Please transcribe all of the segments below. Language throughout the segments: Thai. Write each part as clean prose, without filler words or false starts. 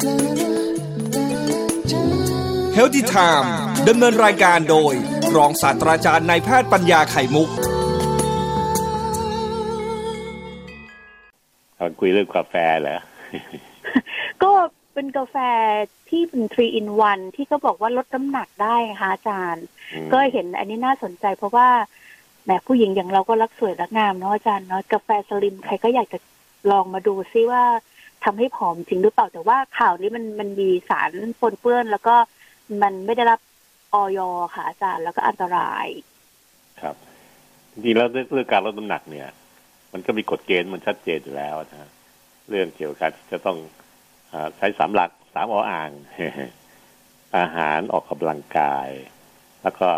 Healthy Time ดำเนินรายการโดยรองศาสตราจารย์นายแพทย์ปัญญาไข่มุกคุยเรื่องกาแฟเหรอก็เป็นกาแฟที่เป็น 3 in 1ที่เขาบอกว่าลดน้ำหนักได้ค่ะอาจารย์ก็เห็นอันนี้น่าสนใจเพราะว่าแหมผู้หญิงอย่างเราก็รักสวยรักงามเนาะอาจารย์เนาะกาแฟสลิมใครก็อยากจะลองมาดูซิว่าทำให้ผอมจริงหรือเปล่าแต่ว่าข่าวนี้มันมีสารปนเปื้อนแล้วก็มันไม่ได้รับอย.ค่ะอาจารย์แล้วก็อันตรายครับจริงๆแล้วเรื่องการลดน้ำหนักเนี่ยมันก็มีกฎเกณฑ์มันชัดเจนอยู่แล้วนะเรื่องเกี่ยวกับจะต้องใช้3 หลัก3 ออ่าง อาหารออกกำลังกายแล้วก็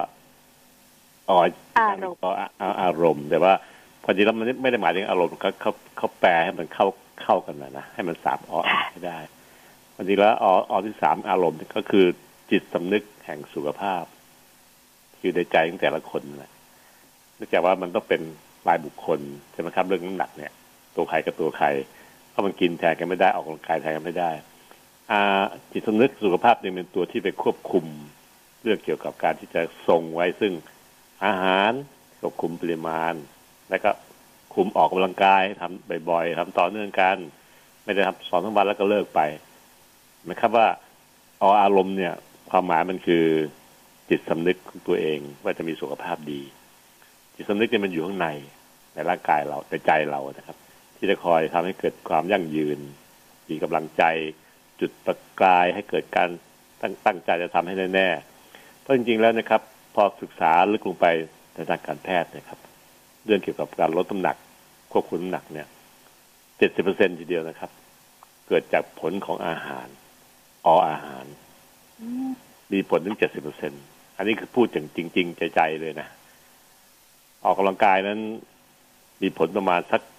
อารมณ์แต่ว่าพอจริงแล้วมันไม่ได้หมายถึงอารมณ์เขาแปลให้มันเข้ากันนะให้มัน3 ออ่างให้ได้พอจริงแล้วอที่3อารมณ์ก็คือจิตสำนึกแห่งสุขภาพอยู่ในใจของแต่ละคนนะเนื่องจากว่ามันต้องเป็นรายบุคคลใช่ไหมครับเรื่องน้ำหนักเนี่ยตัวใครกับตัวใครเพราะมันกินแทนกันไม่ได้ออกกำลังกายแทนกันไม่ได้จิตสำนึกสุขภาพเนี่ยเป็นตัวที่ไปควบคุมเรื่องเกี่ยวกับการที่จะทรงไว้ซึ่งอาหารควบคุมปริมาณแล้วก็คุมออกกำลังกายทำบ่อยๆทำต่อเนื่องกันไม่ได้ทำ2 วันแล้วก็เลิกไปนะครับว่าอารมณ์เนี่ยความหมายมันคือจิตสำนึกของตัวเองว่าจะมีสุขภาพดีจิตสำนึกเนี่ยมันอยู่ข้างในร่างกายเราในใจเรานะครับที่จะคอยทำให้เกิดความยั่งยืนมีกำลังใจจุดประกายให้เกิดการตั้งใจจะทำให้แน่ๆเพราะจริงๆแล้วนะครับพอศึกษาลึกลงไปในทางการแพทย์นะครับเรื่องเกี่ยวกับการลดน้ำหนักควบคุมน้ำหนักเนี่ย 70% ทีเดียวนะครับเกิดจากผลของอาหารอาหารมีผลถึง 70% อันนี้คือพูดจริงๆใจๆเลยนะออกกำลังกายนั้นมีผลประมาณสัก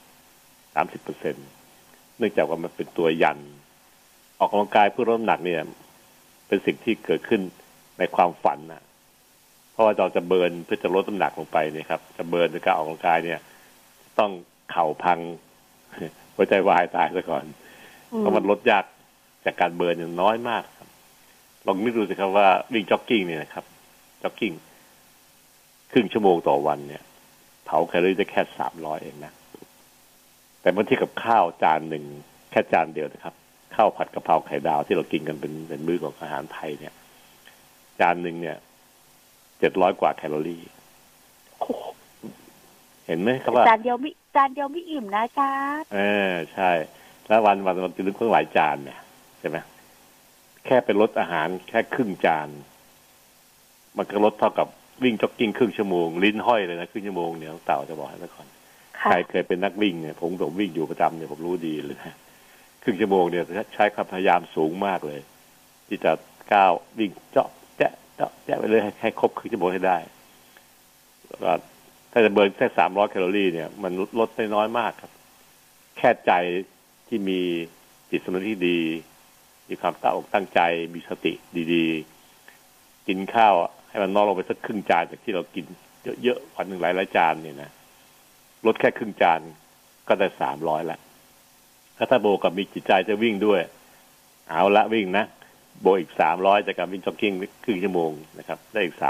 30% เนื่องจากว่ามันเป็นตัวยันออกกำลังกายเพื่อลดน้ำหนักเนี่ยเป็นสิ่งที่เกิดขึ้นในความฝันนะเพราะว่าเราจะเบิร์นเพื่อจะลดน้ำหนักลงไปเนี่ยครับจะเบิร์นในการออกกำลังกายเนี่ยต้องเข่าพังหัวใจวายตายซะก่อนเพราะมันลดยากจากการเบิร์นอย่างน้อยมากครับลองนึกดูสิครับว่าวิ่งจ็อกกิ้งเนี่ยนะครับจ็อกกิ้งครึ่งชั่วโมงต่อวันเนี่ยเผาแคลอรี่ได้แค่300เองนะแต่เมื่อเทียบกับข้าวจานหนึ่งแค่จานเดียวนะครับข้าวผัดกะเพราไข่ดาวที่เรากินกันเป็นมื้อของอาหารไทยเนี่ยจานหนึ่งเนี่ย700 กว่าแคลอรี่เห็นไหมครับว่าจานเดียวไม่อิ่มนะจ๊ะใช่แล้ววันเรากินตั้งหลายจานเนี่ยใช่ไหมแค่ไปลดอาหารแค่ครึ่งจานมันก็ลดเท่ากับวิ่งจ็อกกิ้งครึ่งชั่วโมงลิ้นห้อยเลยนะครึ่งชั่วโมงเนี่ยเต่าจะบอกให้ไว้ก่อนใครเคยเป็นนักวิ่งเนี่ยผมวิ่งอยู่ประจำเนี่ยผมรู้ดีเลยนะครึ่งชั่วโมงเนี่ยใช้ความพยายามสูงมากเลยที่จะก้าววิ่งเจาะแจ๊ะไปเลยให้ครบครึ่งชั่วโมงให้ได้แล้วถ้าจะเบิร์นแค่300 แคลอรี่เนี่ยมันลดได้น้อยมากครับแค่ใจที่มีจิตสำนึกที่ดีมีความตั้งใจมีสติดีๆกินข้าวให้มันน้อยลงไปสักครึ่งจานจากที่เรากินเยอะๆวันหนึ่งหลายจานเนี่ยนะลดแค่ครึ่งจานก็ได้300แล้วถ้าโบกับมีจิตใจจะวิ่งด้วยเอาละวิ่งนะโบอีก300จากการวิ่งจ็อกกิ้งครึ่งชั่วโมงนะครับได้อีก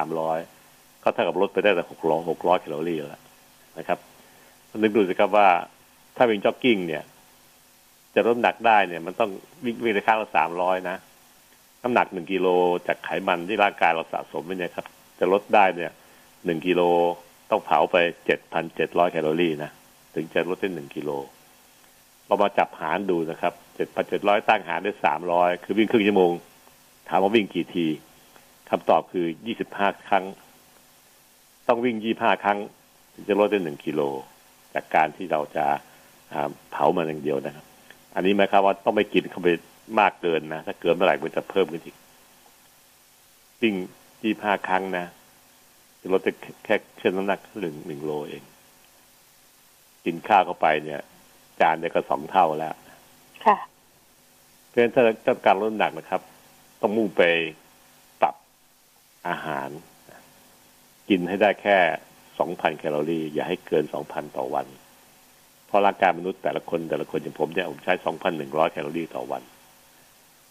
300ก็เท่ากับลดไปได้แต่600 แคลอรี่แล้วนะครับนึกดูสิครับว่าถ้าวิ่งจ็อกกิ้งเนี่ยจะลดน้ำหนักได้เนี่ยมันต้องวิ่งในครั้งละ300นะน้ำหนัก1 กิโลจากไขมันที่ร่างกายเราสะสมไว้เนี่ยครับจะลดได้เนี่ย1 กิโลต้องเผาไป 7,700 แคลอรี่นะถึงจะลดได้1 กิโลเรามาจับหารดูนะครับ 7,700 ตั้งหารได้300คือวิ่งครึ่งชั่วโมงถามว่าวิ่งกี่ทีคำตอบคือ25 ครั้งต้องวิ่ง25 ครั้งถึงจะลดได้1 กิโลจากการที่เราจะเผามันอย่างเดียวนะครับอันนี้หมายความว่าต้องไม่กินเข้าไปมากเกินนะถ้าเกินเมื่อไหร่มันจะเพิ่มขึ้นอีกวิ่ง25 ครั้งนะจะลดได้แค่น้ำหนัก1 โลเองกินข้าวเข้าไปเนี่ยจานเนี่ยก็2 เท่าแล้วค่ะเพราะฉะนั้นถ้าต้องการลดน้ำหนักนะครับต้องมุ่งไปปรับอาหารกินให้ได้แค่ 2,000 แคลอรี่อย่าให้เกิน 2,000 ต่อวันเพราะร่างกายมนุษย์แต่ละคนอย่างผมเนี่ยผมใช้ 2,100 แคลอรี่ต่อวัน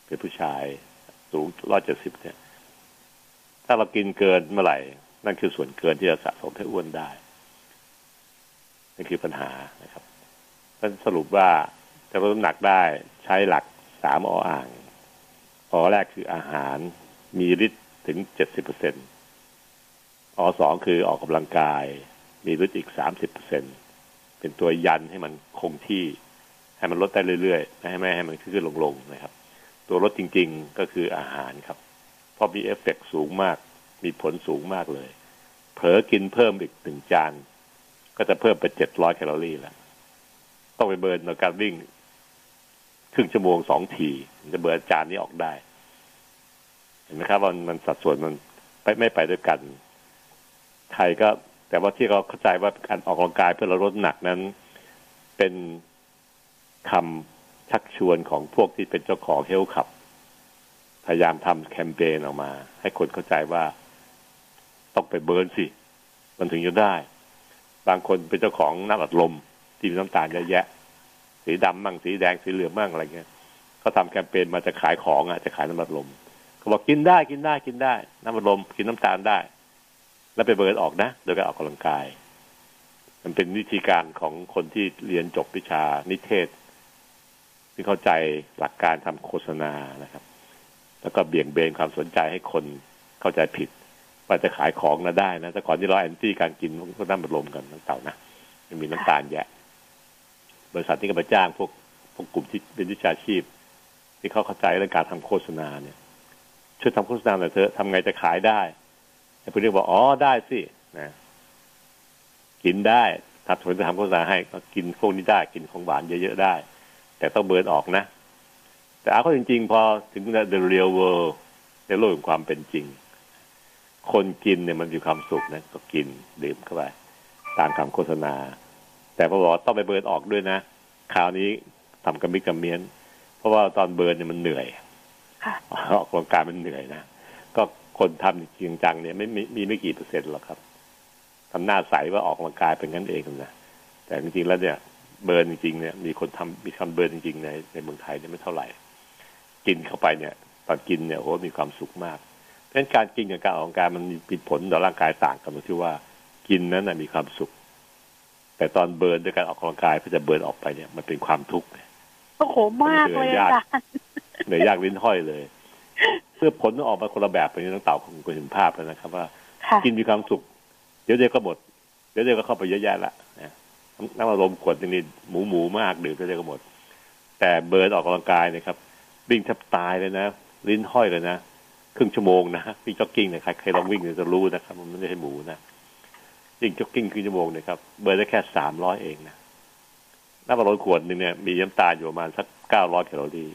เป็นผู้ชายสูง170เนี่ยถ้าเรากินเกินเมื่อไหร่นั่นคือส่วนเกินที่จะสะสมให้อ้วนได้นั่นคือปัญหานะครับท่านสรุปว่าจะลดน้ำหนักได้ใช้หลัก3 ออ่างอแรกคืออาหารมีฤทธิ์ถึง 70% อ2คือออกกำลังกายมีฤทธิ์อีก 30%เป็นตัวยันให้มันคงที่ให้มันลดได้เรื่อยๆไม่ให้มันขึ้นลงๆนะครับตัวลดจริงๆก็คืออาหารครับเพราะมีเอฟเฟกต์สูงมากมีผลสูงมากเลยเผลอกินเพิ่มอีก1 จานก็จะเพิ่มไป700 แคลอรี่แล้วต้องไปเบิร์นในการวิ่งครึ่งชั่วโมง2 ทีจะเบิร์นจานนี้ออกได้เห็นไหมครับว่ามันสัดส่วนมันไม่ไปด้วยกันใครก็แต่ว่าที่เราเข้าใจว่าการออกกำลังกายเพื่อลดน้ำหนักนั้นเป็นคำชักชวนของพวกที่เป็นเจ้าของเฮลท์คลับพยายามทำแคมเปญออกมาให้คนเข้าใจว่าต้องไปเบิร์นสิมันถึงจะได้บางคนเป็นเจ้าของน้ำอัดลมที่มีน้ำตาลเยอะแยะสีดำมั่งสีแดงสีเหลืองมั่งอะไรเงี้ยเขาทำแคมเปญมาจะขายของจะขายน้ำอัดลมเขาบอกกินได้น้ำอัดลมกินน้ำตาลได้แล้วไปเบิร์นออกนะโดยการออกกำลังกายมันเป็นวิธีการของคนที่เรียนจบวิชานิเทศที่เข้าใจหลักการทำโฆษณานะครับแล้วก็เบี่ยงเบนความสนใจให้คนเข้าใจผิดว่าจะขายของได้นะแต่ก่อนที่เราแอนตี้การกินก็น้ำอัดลมกันน้ำเต่านะมันมีน้ำตาลแยะบริษัทที่ก็มาจ้างพวกกลุ่มที่เป็นวิชาชีพที่เขาเข้าใจเรื่องการทำโฆษณาเนี่ยช่วยทำโฆษณาหน่อยเถอะทำไงจะขายได้ไอ้พวกนี้บอกอ๋อได้สินะกินได้ถ้าผมจะทำโฆษณาให้ก็กินพวกนี้ได้กินของหวานเยอะๆได้แต่ต้องเบิร์นออกนะแต่เอาเข้าจริงๆพอถึง the real world ในโลกของความเป็นจริงคนกินเนี่ยมันมีความสุขนะก็กินดื่มเข้าไปตามคำโฆษณาแต่พอบอกต้องไปเบิร์นออกด้วยนะคราวนี้ทำกระมิดกระเมียนเพราะว่าตอนเบิร์นเนี่ยมันเหนื่อยออกกำลังกายมันเหนื่อยนะก็คนทำจริงจังเนี่ยไม่กี่เปอร์เซ็นต์หรอกครับทำหน้าใสว่าออกกำลังกายเป็นงั้นเองนะแต่จริงๆแล้วเนี่ยเบิร์นจริงๆเนี่ยมีคนเบิร์นจริงๆในเมืองไทยเนี่ยไม่เท่าไหร่กินเข้าไปเนี่ยตอนกินเนี่ยโอ้มีความสุขมากเพราะฉะนั้นการกินกับการออกกำลังกายมันมีผลต่อร่างกายต่างกันตรงที่ว่ากินนั้นมีความสุขแต่ตอนเบิร์นด้วยการออกกำลังกายเพื่อจะเบิร์นออกไปเนี่ยมันเป็นความทุกข์โอ้โหมากเลยอาจารย์เหนื่อยยากลิ้นห้อยเลยเพื่อผลออกมาคนละแบบไปนี้ต้องเต่าคงเห็นภาพแล้วนะครับว่ากินมีความสุขเดี๋ยวก็หมดเดี๋ยวก็เข้าไปเยอะแยะละน้ำอารมณ์ขวดนี่หมูมากดื่มเดี๋ยวก็หมดแต่เบิร์นออกกำลังกายนะครับวิ่งแทบตายเลยนะลิ้นห้อยเลยนะครึ่งชั่วโมงนะวิ่งจ็อกกิ้งเนี่ยใครลองวิ่งจะรู้นะครับมันไม่ใช่หมูนะวิ่งจ็อกกิ้งครึ่งชั่วโมงเนี่ยครับเบิร์นได้แค่300เองนะน้ำอารมณ์ขวดนึงเนี่ยมีน้ำตาลอยู่ประมาณสัก900 แคลอรี่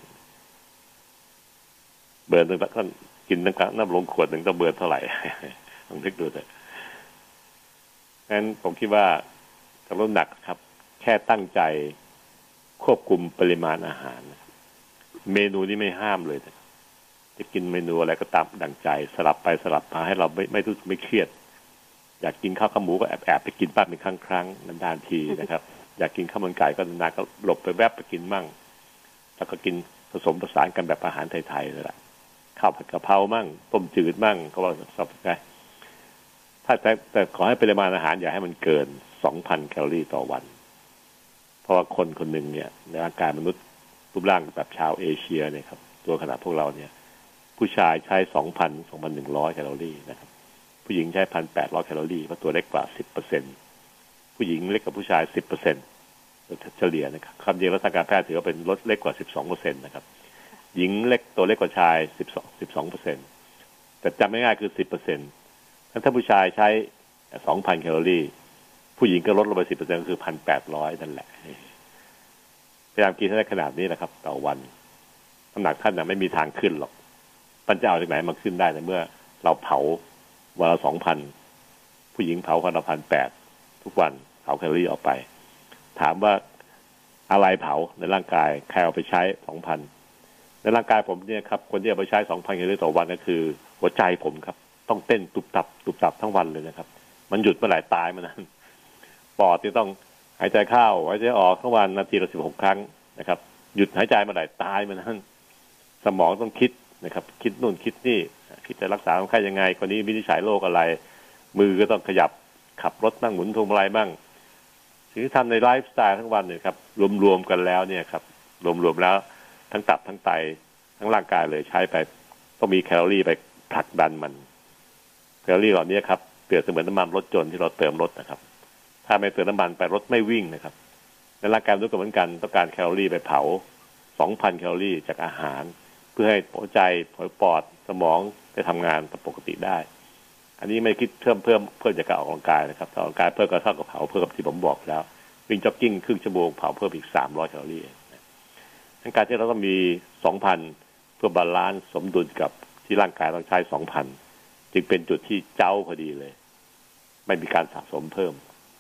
เบิร์นต้องกินน้ำลงขวดหนึ่งต้องเบิร์นเท่าไหร่ลองนึกดูเถอะงั้นผมคิดว่าการลดน้ำหนักครับแค่ตั้งใจควบคุมปริมาณอาหารเมนูนี้ไม่ห้ามเลยนะจะกินเมนูอะไรก็ตามดังใจสลับไปสลับมาให้เราไม่เครียดอยากกินข้าวขาหมูก็แอบไปกินบ้างเป็นครั้งนานๆทีนะครับอยากกินข้าวมันไก่ก็นานๆก็หลบไปแวบไปกินมั่งแล้วก็กินผสมผสานกันแบบอาหารไทยๆเลยล่ะข้าวผัดกะเพรามั่งต้มจืดมั่งก็ว่าสับไปถ้าแต่ขอให้ปริมาณอาหารอย่าให้มันเกิน 2,000 แคลอรี่ต่อวันเพราะว่าคนหนึ่งเนี่ยในร่างกายมนุษย์รูปร่างแบบชาวเอเชียเนี่ยครับตัวขนาดพวกเราเนี่ยผู้ชายใช้ 2,100 แคลอรี่นะครับผู้หญิงใช้ 1,800 แคลอรี่เพราะตัวเล็กกว่า 10% ผู้หญิงเล็กกว่าผู้ชาย 10% เฉลี่ยนะครับคำจริงแล้วทางการแพทย์ถือว่าเป็นลดเล็กกว่า 12% นะครับหญิงเล็กตัวเล็กกว่าชาย 12% แต่จำง่ายๆคือ 10% ถ้าผู้ชายใช้ 2,000 แคลอรี่ผู้หญิงก็ลดลงไป 10% ก็คือ 1,800 นั่นแหละพยายามกินให้ได้ขนาดนี้นะครับต่อวันน้ำหนักท่านไม่มีทางขึ้นหรอกมันจะเอาจากไหนมาขึ้นได้ในเมื่อเราเผาวันละ 2,000 ผู้หญิงเผาวันละ 1,800 ทุกวันเผาแคลอรี่ออกไปถามว่าอะไรเผาในร่างกายใครเอาไปใช้ 2,000 ในร่างกายผมเนี่ยครับคนที่เอาไปใช้ 2,000 แคลอรี่ต่อวันก็คือหัวใจผมครับต้องเต้นตุบตับทั้งวันเลยนะครับมันหยุดเมื่อไหร่ตายเมื่อนั้นปอดที่ต้องหายใจเข้าหายใจออกทั้งวันนาทีละ16 ครั้งนะครับหยุดหายใจเมื่อไหร่ตายเมื่อนั้นสมองต้องคิดนะครับคิดนู่นคิดนี่คิดจะรักษาคนไข้ยังไงคนนี้วินิจฉัยโรคอะไรมือก็ต้องขยับขับรถนั่งหมุนพวงมาลัยบ้างสิ่งที่ทำในไลฟ์สไตล์ทั้งวันเนี่ยครับรวมๆกันแล้วเนี่ยครับรวมๆแล้วทั้งตับทั้งไตทั้งร่างกายเลยใช้ไปต้องมีแคลอรี่ไปผลักดันมันแคลอรี่เหล่านี้ครับเปรียบเสมือนน้ำมันรถยนต์ที่เราเติมรถนะครับถ้าไม่เติมน้ำมันไปรถไม่วิ่งนะครับในร่างกายมนุษย์ก็เหมือนกันต้องการแคลอรี่ไปเผา 2,000 แคลอรี่จากอาหารเพื่อให้หัวใจปอดสมองได้ทำงานตามปกติได้อันนี้ไม่คิดเพิ่มจากการออกกำลังกายนะครับออกกำลังกายเพิ่มก็เท่ากับเผาเพิ่มที่ผมบอกแล้ววิ่งจ็อกกิ้งครึ่งชั่วโมงเผาเพิ่มอีก300แคลอรี่ทั้งการที่เราต้องมี 2,000 เพื่อบาลานซ์สมดุลกับที่ร่างกายต้องใช้ 2,000 จึงเป็นจุดที่เจ้าพอดีเลยไม่มีการสะสมเพิ่ม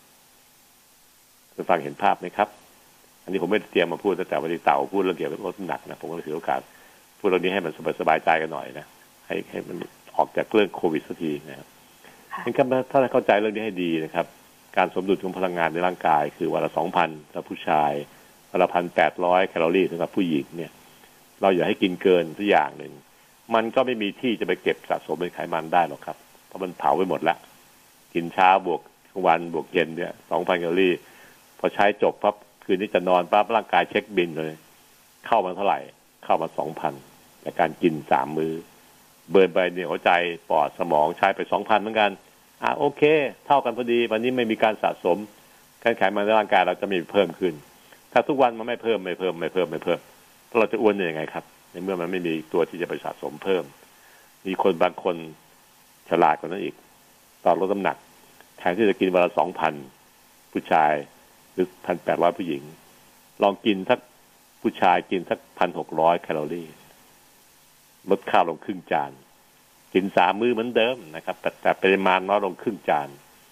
คุณฟังเห็นภาพไหมครับอันนี้ผมไม่ได้เตรียมมาพูดแต่วันนี้เต่าพูดเรื่องเกี่ยวกับลดน้ำหนักนะผมก็เลยถือโอกาสพูดเรื่องนี้ให้มันสบายใจกันหน่อยนะให้มันออกจากเรื่องโควิดสักทีนะครับถ้าเข้าใจเรื่องนี้ให้ดีนะครับการสมดุลของพลังงานในร่างกายคือวันละ 2,000 สำหรับผู้ชายวันละ 1,800 แคลอรี่สำหรับผู้หญิงเนี่ยเราอย่าให้กินเกินสักอย่างหนึ่งมันก็ไม่มีที่จะไปเก็บสะสมเป็นไขมันได้หรอกครับเพราะมันเผาไปหมดแล้วกินเช้าบวกกลางวันบวกเย็นเนี่ย 2,000 แคลอรี่พอใช้จบปั๊บคืนนี้จะนอนปั๊บร่างกายเช็คบิลเลยเข้ามาเท่าไหร่เข้ามา 2,000 แต่การกิน3มื้อเบิร์นไปเนี่ยหัวใจปอดสมองใช้ไป 2,000 เหมือนกันโอเคเท่ากันพอดีวันนี้ไม่มีการสะสมการไขมันในร่างกายเราจะไม่เพิ่มขึ้นถ้าทุกวันมันไม่เพิ่มเราจะอ้วนได้ยังไงครับในเมื่อมันไม่มีตัวที่จะไปสะสมเพิ่มมีคนบางคนฉลาดกว่านั้นอีกตอนลดน้ำหนักแทนที่จะกินวันละ 2,000 ผู้ชายหรือ 1,800 ผู้หญิงลองกินสักผู้ชายกินสัก 1,600 แคลอรี่ลดข้าวลงครึ่งจานกิน3 มื้อเหมือนเดิมนะครับแต่ปริมาณน้อยลงครึ่งจาน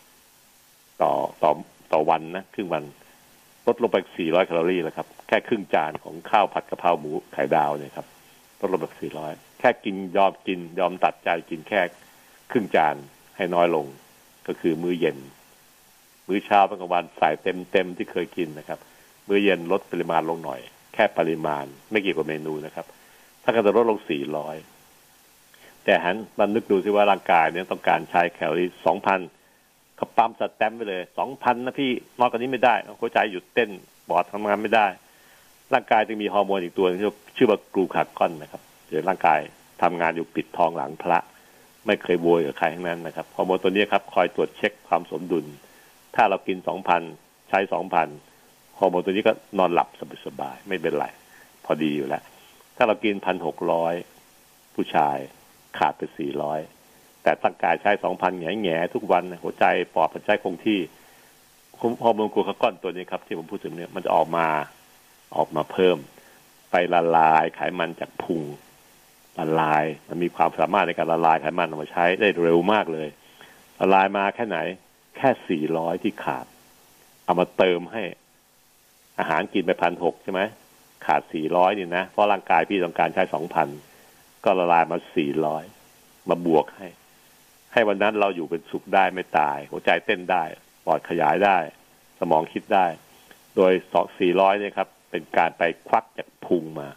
ต่อวันนะครึ่งวันลดลงไป400แคลอรี่แล้วครับแค่ครึ่งจานของข้าวผัดกะเพราหมูไข่ดาวเนี่ยครับลดลงไป400แค่ยอมตัดใจกินแค่ครึ่งจานให้น้อยลงก็คือมื้อเย็นมื้อเช้าเป็นกลางวันใส่เต็มที่เคยกินนะครับมื้อเย็นลดปริมาณลงหน่อยแค่ปริมาณไม่เกี่ยวกับเมนูนะครับถ้าการจะลดลง400แต่หันมานึกดูซิว่าร่างกายเนี่ยต้องการใช้แคลอรี่ 2,000 เขาปั๊มสแตมป์ไปเลย 2,000 นะพี่น้อยกว่านี้ไม่ได้หัวใจหยุดเต้นปอดทำงานไม่ได้ร่างกายจึงมีฮอร์โมนอีกตัวนึงที่ชื่อว่ากลูคากอนนะครับเดี๋ยวร่างกายทำงานอยู่ปิดทองหลังพระไม่เคยโวยกับใครทั้งนั้นนะครับฮอร์โมนตัวนี้ครับคอยตรวจเช็คความสมดุลถ้าเรากิน 2,000 ใช้ 2,000 ฮอร์โมนตัวนี้ก็นอนหลับสบายๆไม่เป็นไรพอดีอยู่แล้วถ้าเรากิน 1,600 ผู้ชายขาดไป400แต่ร่างกายใช้ 2,000 แง่ๆทุกวันหัวใจปอดมันใช้คงที่ฮอร์โมนกลูคากอนตัวนี้ครับที่ผมพูดถึงเนี่ยมันจะออกมาเพิ่มไปละลายไขมันจากพุงละลายมันมีความสามารถในการละลายไขมันออกมาใช้ได้เร็วมากเลยละลายมาแค่ไหนแค่400ที่ขาดเอามาเติมให้อาหารกินไป 1,600 ใช่ไหมขาด400นี่นะเพราะร่างกายพี่ต้องการใช้ 2,000 ก็ละลายมา400มาบวกให้วันนั้นเราอยู่เป็นสุขได้ไม่ตายหัวใจเต้นได้ปอดขยายได้สมองคิดได้โดย400เนี่ยครับเป็นการไปควักจากพุงมา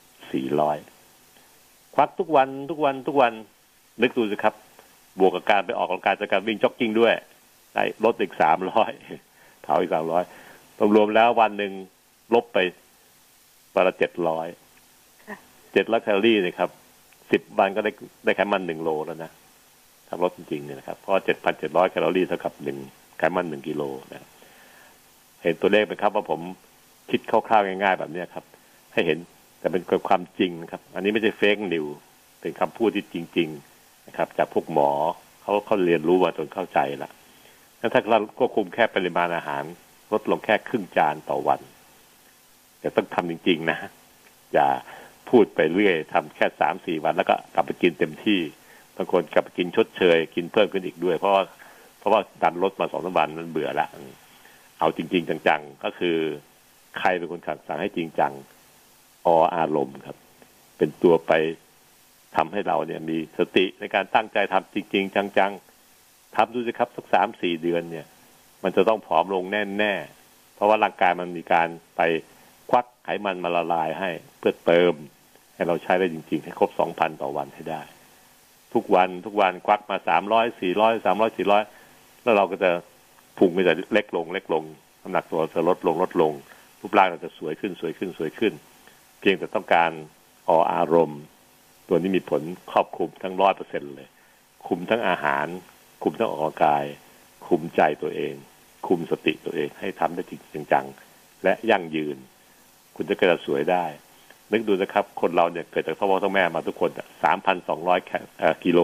400ควักทุกวันนึกดูสิครับบวกกับการไปออกกำลังกายจากการวิ่งจ็อกกิ้งด้วยได้ลดอีก300เผาอีก300รวมแล้ววันหนึ่งลบไปวันละ700แคลอรี่นี่ครับ10 วันก็ได้ไขมัน1 โลแล้วนะถ้าลดจริงๆเนี่ยนะครับเพราะ 7,700 แคลอรี่เท่ากับ1ไขมัน1 กิโลนะเห็นตัวเลขไหมครับว่าผมคิดคร่าวๆง่ายๆแบบนี้ครับให้เห็นแต่เป็นความจริงนะครับอันนี้ไม่ใช่เฟกนิวเป็นคำพูดที่จริงๆนะครับจากพวกหมอเขาเรียนรู้มาจนเข้าใจละแล้วถ้าเราควบคุมแค่ปริมาณอาหารลดลงแค่ครึ่งจานต่อวันแต่ต้องทำจริงๆนะอย่าพูดไปเรื่อยทำแค่ 3-4 วันแล้วก็กลับไปกินเต็มที่บางคนกลับไปกินชดเชยกินเพิ่มขึ้นอีกด้วยเพราะว่าดันลดมา 2-3 วันมันเบื่อละเอาจริงๆจังๆก็คือใครเป็นคนสั่งให้จริงจังอารมณ์ครับเป็นตัวไปทำให้เราเนี่ยมีสติในการตั้งใจทำจริงๆจังๆทำดูสิครับสัก 3-4 เดือนเนี่ยมันจะต้องผอมลงแน่ๆเพราะว่าร่างกายมันมีการไปควักไขมันมาละลายให้เพื่อเติมให้เราใช้ได้จริงๆให้ครบ 2,000 ต่อวันให้ได้ทุกวันควักมา300 400 300 400แล้วเราก็จะพุงก็จะเล็กลงน้ำหนักตัวจะลดลงรูปร่างเราจะสวยขึ้นเพียงแต่ต้องการอารมณ์ตัวนี้มีผลครอบคลุมทั้ง 100% เลยคุมทั้งอาหารคุมทั้งออกกำลังกายคุมใจตัวเองคุมสติตัวเองให้ทำได้จริงจังและยั่งยืนคุณจะเกิดสวยได้นึกดูนะครับคนเราเนี่ยเกิดจากพ่อแม่มาทุกคน 3,200 กิโล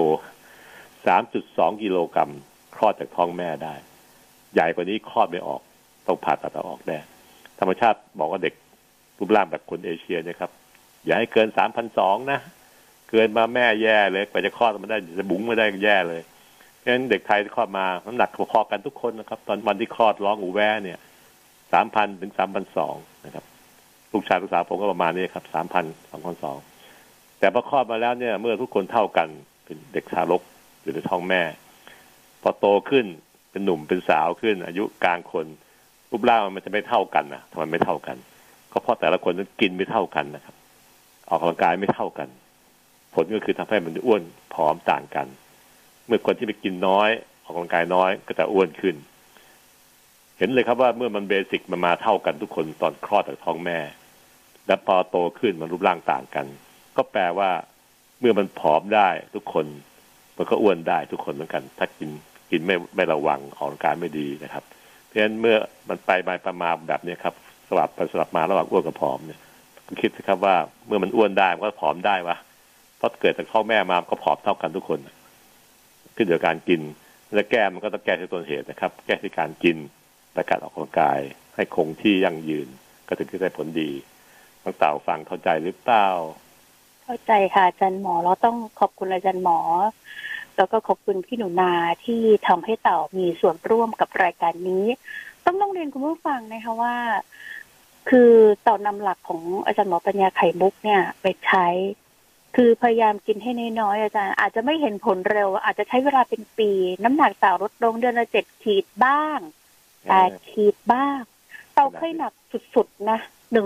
3.2 กิโลกรัมคลอดจากท้องแม่ได้ใหญ่กว่านี้คลอดไม่ออกต้องผ่าตัดออกแน่ธรรมชาติบอกว่าเด็กรูปร่างแบบคนเอเชียเนี่ยครับอย่าให้เกิน 3,200 นะเกินมาแม่แย่เลยกว่าจะคลอดมันได้จะบุ๋งไม่ได้แย่เลยเพราะฉะนั้นเด็กไทยคลอดมาน้ำหนักพอๆกันทุกคนนะครับตอนวันที่คลอดร้องอูแวเนี่ย 3,000 ถึง 3,200 นะครับลูกชายลูกสาวผมก็ประมาณนี้ครับ 3,000 2,200 แต่พอคลอดมาแล้วเนี่ยเมื่อทุกคนเท่ากันเป็นเด็กทารกอยู่ในท้องแม่พอโตขึ้นเป็นหนุ่มเป็นสาวขึ้นอายุกลางคนรูปร่างมันจะไม่เท่ากันนะทำไมไม่เท่ากันก็เพราะแต่ละคนนั้นกินไม่เท่ากันนะครับออกกำลังกายไม่เท่ากันผลก็คือทำให้มันอ้วนผอมต่างกันเมื่อคนที่ไปกินน้อยออกกำลังกายน้อยก็จะอ้วนขึ้นเห็นเลยครับว่าเมื่อมันเบสิกมันมาเท่ากันทุกคนตอนคลอดจากท้องแม่และพอโตขึ้นมันรูปร่างต่างกันก็แปลว่าเมื่อมันผอมได้ทุกคนมันก็อ้วนได้ทุกคนเหมือนกันถ้ากินไม่ระวังออกกำลังกายไม่ดีนะครับเพราะฉะนั้นเมื่อมันไปประมาณแบบนี้ครับสลับไปสลับมาระหว่างอ้วนกับผอมเนี่ยคิดสิครับว่าเมื่อมันอ้วนได้มันก็ผอมได้วะเพราะเกิดจากท้องแม่มาก็ผอมเท่ากันทุกคนขึ้นอยู่กับการกินและแก้มันก็ต้องแก้ที่ต้นเหตุนะครับแก้ที่การกินและการออกกำลังกายให้คงที่ยั่งยืนก็ถึงจะได้ผลดีน้องเต่าฟังเข้าใจหรือเปล่าเข้าใจค่ะอาจารย์หมอเราต้องขอบคุณอาจารย์หมอแล้วก็ขอบคุณพี่หนูนาที่ทำให้เต่ามีส่วนร่วมกับรายการนี้ต้องเรียนคุณผู้ฟังนะคะว่าคือเต่านำหลักของอาจารย์หมอปัญญาไข่มุกเนี่ยไปใช้คือพยายามกินให้น้อยๆอาจารย์อาจจะไม่เห็นผลเร็วอาจจะใช้เวลาเป็นปีน้ำหนักเต่าลดลงเดือนละ7 ขีดบ้าง8 ขีดบ้างเต่าเคยหนักสุดๆนะ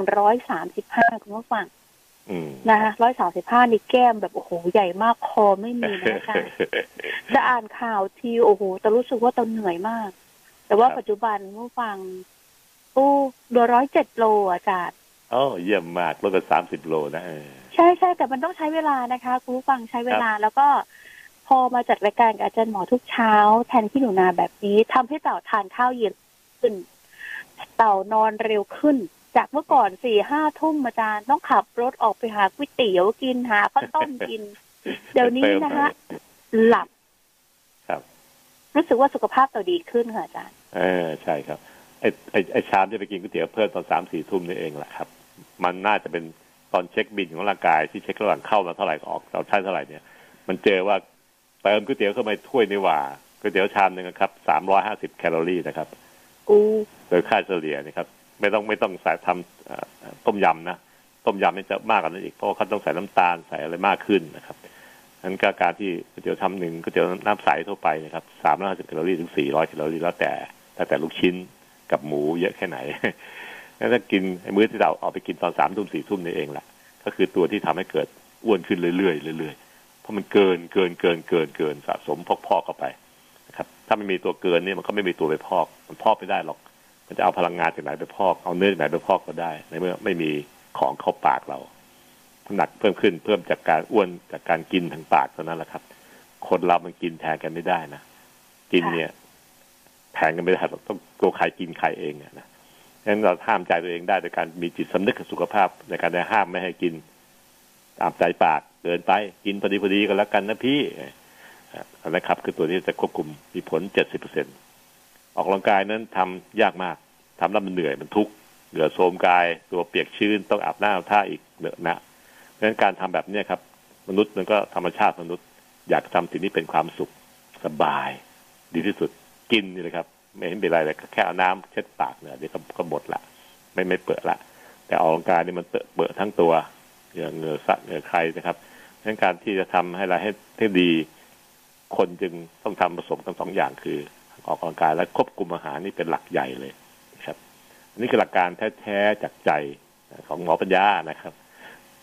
135คุณผู้ฟังนะคะ135นี่แก้มแบบโอ้โหใหญ่มากคอไม่มีนะคะจะอ่านข่าวทีโอ้โหแต่รู้สึกว่าเต่าเหนื่อยมากแต่ว่าปัจจุบันผู้ฟังเหลือ107 โลอาจารย์เยี่ยมมากลดไป30 โลนะใช่แต่มันต้องใช้เวลานะคะคุณผู้ฟังใช้เวลาแล้วก็พอมาจัดรายการกับอาจารย์หมอทุกเช้าแทนพี่หนูนาแบบนี้ทำให้เต่าทานข้าวเย็นขึ้นเต่านอนเร็วขึ้นจากเมื่อก่อน 4-5 ทุ่มอาจารย์ต้องขับรถออกไปหาก๋วยเตี๋ยวกินหาข้าวต้มกินเดี๋ยวนี้นะคะหลับครับรู้สึกว่าสุขภาพเต่าดีขึ้นค่ะอาจารย์ใช่ครับไอชามที่ไปกินก๋วยเตี๋ยวเพิ่มตอน 3-4 ทุ่มนี่เองแหละครับมันน่าจะเป็นตอนเช็คบิลของร่างกายที่เช็คระหว่างเข้ามาเท่าไหร่ออกเราใช้เท่าไหร่เนี่ยมันเจอว่าเติมก๋วยเตี๋ยวเข้ามาถ้วยนี่ว่าก๋วยเตี๋ยวชามนึงครับ350 แคลอรี่นะครับโดยค่าเฉลี่ยนะครับไม่ต้องใส่ทำต้มยำนะต้มยำนี่จะมากกว่านั้นอีกเพราะเขาต้องใส่น้ำตาลใส่อะไรมากขึ้นนะครับนั้นการที่ก๋วยเตี๋ยวทำหนึ่งก๋วยเตี๋ยวน้ำใสทั่วไปนะครับ350 แคลอรี่ถึง400 แคลอรี่แล้วแต่ลูกชิ้นกับหมูเยอะแค่ไหนถ้ากินมื้อที่เราเอาไปกินตอน3 ทุ่ม 4 ทุ่มนี่เองแหละก็คือตัวที่ทำให้เกิดอ้วนขึ้นเรื่อยๆเพราะมันเกินสะสมพอกเข้าไปนะครับถ้าไม่มีตัวเกินนี่มันก็ไม่มีตัวไปพอกมันพอกไม่ได้หรอกมันจะเอาพลังงานจากไหนไปพอกเอาเนื้อจากไหนไปพอกก็ได้ในเมื่อไม่มีของเข้าปากเราน้ำหนักเพิ่มขึ้นเพิ่มจากการอ้วนจากการกินทางปากเท่านั้นแหละครับคนเรามันกินแทนกันไม่ได้นะกินเนี่ยแทนกันไม่ได้ต้องตัวใครกินใครเองนะงั้นเราห้ามใจตัวเองได้โดยการมีจิตสำนึกกับสุขภาพในการได้ห้ามไม่ให้กินตามใจปากเกินไปกินพอดีก็แล้วกันนะพี่นะครับคือตัวนี้จะควบคุมมีผล 70%ออกกำลังกายนั้นทำยากมากทำแล้วมันเหนื่อยมันทุกข์เหงื่อโทรมกายตัวเปียกชื้นต้องอาบน้ำท่าอีกเหนอะนะเพราะฉะนั้นการทำแบบนี้ครับมนุษย์มันก็ธรรมชาติมนุษย์อยากทำสิ่งนี้เป็นความสุขสบายดีที่สุดกินนี่เลยครับไม่เห็นเป็นไรเลยแค่เอาน้ำเช็ดปากเนี่ยเดี๋ยวก็หมดละไม่เปื้อนละแต่ออกกำลังกายนี่มันเปื้อนทั้งตัวเหงื่อสัตว์เหงื่อใครนะครับเพราะฉะนั้นการที่จะทำให้เราให้ดีคนจึงต้องทำผสมกัน2 อย่างคือออกกำลังกายและควบคุมอาหารนี่เป็นหลักใหญ่เลยนะครับอันนี้คือหลักการแท้ๆจากใจของหมอปัญญานะครับ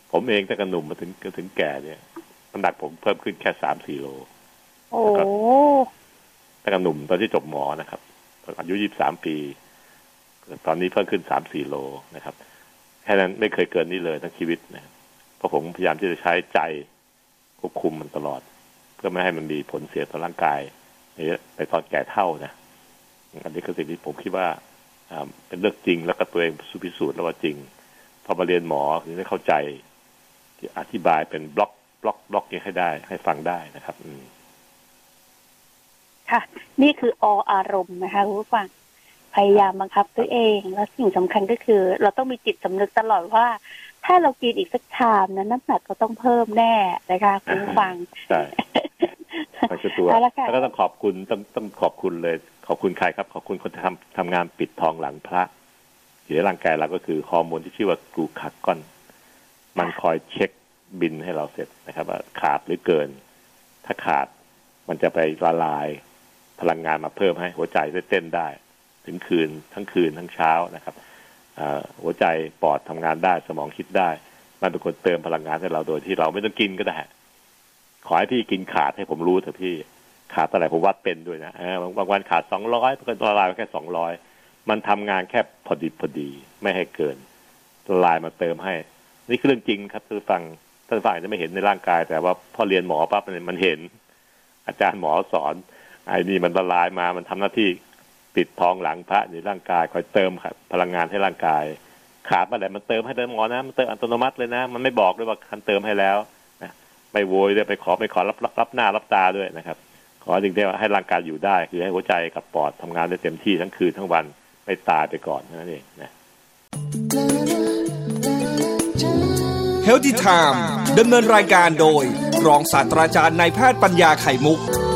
ผมเองตั้งแต่หนุ่มมาถึงแก่เนี่ยน้ำหนักผมเพิ่มขึ้นแค่3-4 โลโอ้ตั้งแต่หนุ่มตอนที่จบหมอนะครับอายุ23 ปีตอนนี้เพิ่มขึ้น3-4 โลนะครับแค่นั้นไม่เคยเกินนี้เลยทั้งชีวิตนะเพราะผมพยายามที่จะใช้ใจควบคุมมันตลอดเพื่อไม่ให้มันมีผลเสียต่อร่างกายในตอนแก่เฒ่านะอันนี้คือสิ่งที่ผมคิดว่าเป็นเรื่องจริงแล้วก็ตัวเองพิสูจน์แล้วว่าจริงพอมาเรียนหมอถึงได้เข้าใจที่อธิบายเป็นบล็อกนี้ให้ได้ให้ฟังได้นะครับค่ะนี่คืออารมณ์นะคะคุณผู้ฟังพยายามบังคับตัวเองแล้วสิ่งสำคัญก็คือเราต้องมีจิตสำนึกตลอดว่าถ้าเรากินอีกสักชามนั้นน้ำหนักก็ต้องเพิ่มแน่นะคะคุณผู้ฟังใช่ไปตัวแล้วก็ต้องขอบคุณต้องขอบคุณเลยขอบคุณใครครับขอบคุณคนที่ทำงานปิดทองหลังพระอยู่ในร่างกายเราก็คือฮอร์โมนที่ชื่อว่ากลูคากอนมันคอยเช็คบินให้เราเสร็จนะครับว่าขาดหรือเกินถ้าขาดมันจะไปละลายพลังงานมาเพิ่มให้หัวใจได้เต้นได้ถึงทั้งคืนทั้งเช้านะครับหัวใจปอดทำงานได้สมองคิดได้มันเป็นคนเติมพลังงานให้เราโดยที่เราไม่ต้องกินก็ได้ขอให้พี่กินขาดให้ผมรู้เถอะพี่ขาดเท่าไหร่ผมวัดเป็นด้วยนะบางวันขาด200ก็ละลายแค่200มันทำงานแค่พอดีไม่ให้เกินละลายมาเติมให้นี่คือเรื่องจริงครับท่านฟังจะไม่เห็นในร่างกายแต่ว่าพอเรียนหมอปั๊บมันเห็นอาจารย์หมอสอนไอ้นี่มันละลายมามันทำหน้าที่ปิดทองหลังพระในร่างกายคอยเติมพลังงานให้ร่างกายขาดเมื่อไหร่มันเติมให้หมอนะมันเติมอัตโนมัติเลยนะมันไม่บอกด้วยว่าคันเติมให้แล้วนะไม่โวยด้วยไปขอรับหน้ารับตาด้วยนะครับขอจริงๆให้ร่างกายอยู่ได้คือให้หัวใจกับปอดทำงานได้เต็มที่ทั้งคืนทั้งวันไม่ตายไปก่อนนั่นเองนะ Healthy Time ดำเนินรายการโดยรองศาสตราจารย์นายแพทย์ปัญญาไข่มุก